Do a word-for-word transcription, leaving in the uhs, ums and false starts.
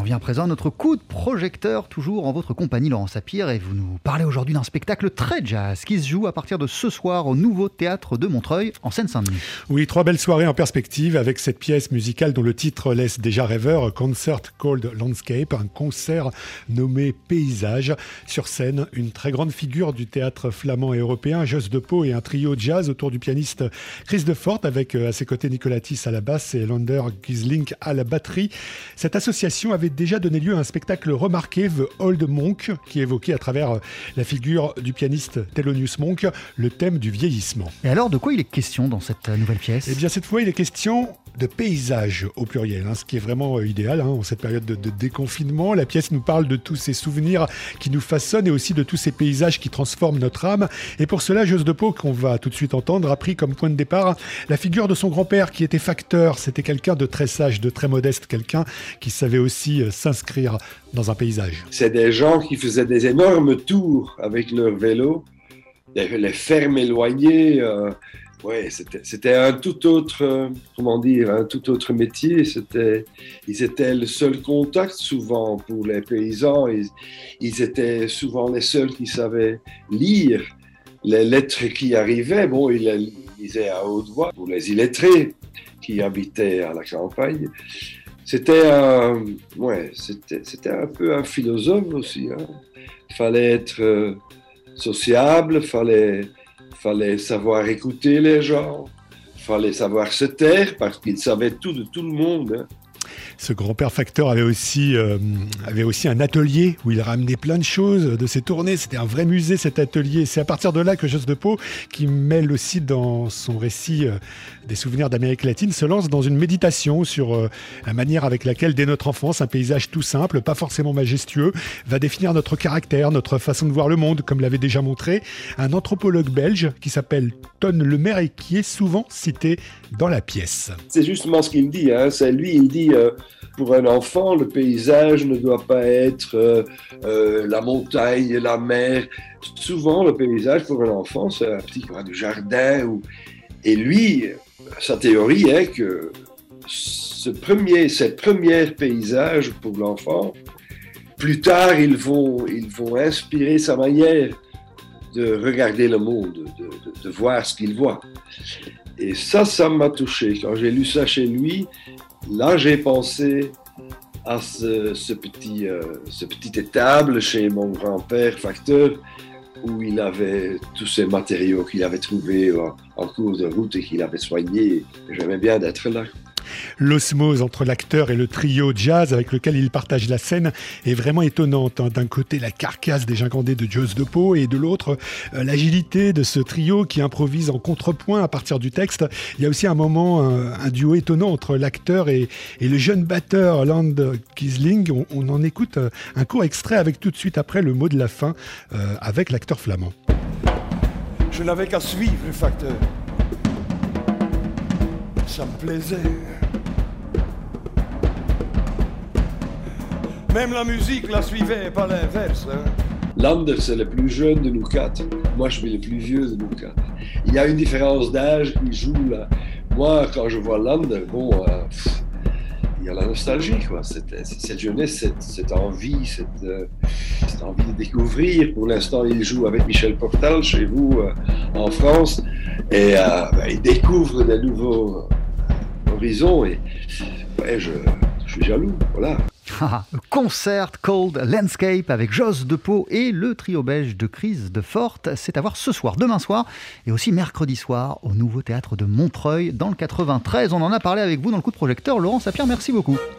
vient à présent à notre coup de projecteur, toujours en votre compagnie, Laurent Sapir, et vous nous parlez aujourd'hui d'un spectacle très jazz qui se joue à partir de ce soir au Nouveau Théâtre de Montreuil, en Seine-Saint-Denis. Oui, trois belles soirées en perspective avec cette pièce musicale dont le titre laisse déjà rêveur, Concert Called Landscape, un concert nommé Paysage. Sur scène, une très grande figure du théâtre flamand et européen, Jos de Pauw, et un trio jazz autour du pianiste Chris de Forth, avec à ses côtés Nicolas Thys à la basse et Lander Gieslink à la batterie. Cette association avait déjà donné lieu à un spectacle remarqué, The Old Monk, qui évoquait à travers la figure du pianiste Thelonious Monk le thème du vieillissement. Et alors, de quoi il est question dans cette nouvelle pièce ? Eh bien, cette fois, il est question de paysage au pluriel, hein, ce qui est vraiment idéal hein, en cette période de, de déconfinement. La pièce nous parle de tous ces souvenirs qui nous façonnent et aussi de tous ces paysages qui transforment notre âme. Et pour cela, Jos de Pauw, qu'on va tout de suite entendre, a pris comme point de départ la figure de son grand-père qui était facteur. C'était quelqu'un de très sage, de très modeste, quelqu'un qui savait aussi euh, s'inscrire dans un paysage. C'est des gens qui faisaient des énormes tours avec leur vélo, les, les fermes éloignées. Euh, ouais, c'était, c'était un tout autre, euh, comment dire, un tout autre métier. C'était, ils étaient le seul contact souvent pour les paysans. Ils, ils étaient souvent les seuls qui savaient lire les lettres qui arrivaient. Bon, ils les lisaient à haute voix pour les illettrés qui habitaient à la campagne. C'était un, ouais, c'était, c'était un peu un philosophe aussi. Hein. Il fallait être euh, sociable, il fallait, fallait savoir écouter les gens, il fallait savoir se taire parce qu'il savait tout de tout le monde. Hein. Ce grand-père facteur avait aussi, euh, avait aussi un atelier où il ramenait plein de choses de ses tournées. C'était un vrai musée, cet atelier. C'est à partir de là que Jos de Pauw, qui mêle aussi dans son récit euh, des souvenirs d'Amérique latine, se lance dans une méditation sur euh, la manière avec laquelle, dès notre enfance, un paysage tout simple, pas forcément majestueux, va définir notre caractère, notre façon de voir le monde, comme l'avait déjà montré un anthropologue belge qui s'appelle Ton Lemaire et qui est souvent cité dans la pièce. C'est justement ce qu'il dit. Hein. C'est lui, il dit... Euh... Pour un enfant, le paysage ne doit pas être euh, euh, la montagne, la mer. Souvent, le paysage pour un enfant, c'est un petit coin de jardin. Ou... Et lui, sa théorie est que ce premier, ces premiers paysages pour l'enfant, plus tard, ils vont, ils vont inspirer sa manière de regarder le monde, de, de, de voir ce qu'il voit. Et ça, ça m'a touché. Quand j'ai lu ça chez lui, là, j'ai pensé à ce, ce, petit, euh, ce petit étable chez mon grand-père facteur où il avait tous ces matériaux qu'il avait trouvés en, en cours de route et qu'il avait soignés. J'aimais bien d'être là. L'osmose entre l'acteur et le trio jazz avec lequel il partage la scène est vraiment étonnante. D'un côté, la carcasse dégingandée de Jos de Pauw et de l'autre, euh, l'agilité de ce trio qui improvise en contrepoint à partir du texte. Il y a aussi un moment, un, un duo étonnant entre l'acteur et, et le jeune batteur Lander Gieslink. On, on en écoute un court extrait avec tout de suite après le mot de la fin euh, avec l'acteur flamand. Je n'avais qu'à suivre le facteur. Ça me plaisait. Même la musique la suivait, pas l'inverse. Hein. Lander, c'est le plus jeune de nous quatre. Moi, je suis le plus vieux de nous quatre. Il y a une différence d'âge, il joue là. Moi, quand je vois Lander, bon, euh, pff, il y a la nostalgie, quoi. Cette, cette jeunesse, cette, cette envie, cette, euh, cette envie de découvrir. Pour l'instant, il joue avec Michel Portal chez vous euh, en France. Et euh, ben, il découvre des nouveaux euh, horizons. Et ouais, je, je suis jaloux, voilà. Concert Called Landscape avec Jos de Pauw et le trio belge de Chris de Forth. C'est à voir ce soir, demain soir et aussi mercredi soir au Nouveau Théâtre de Montreuil dans le quatre-vingt-treize. On en a parlé avec vous dans le coup de projecteur. Laurent Sapir, merci beaucoup.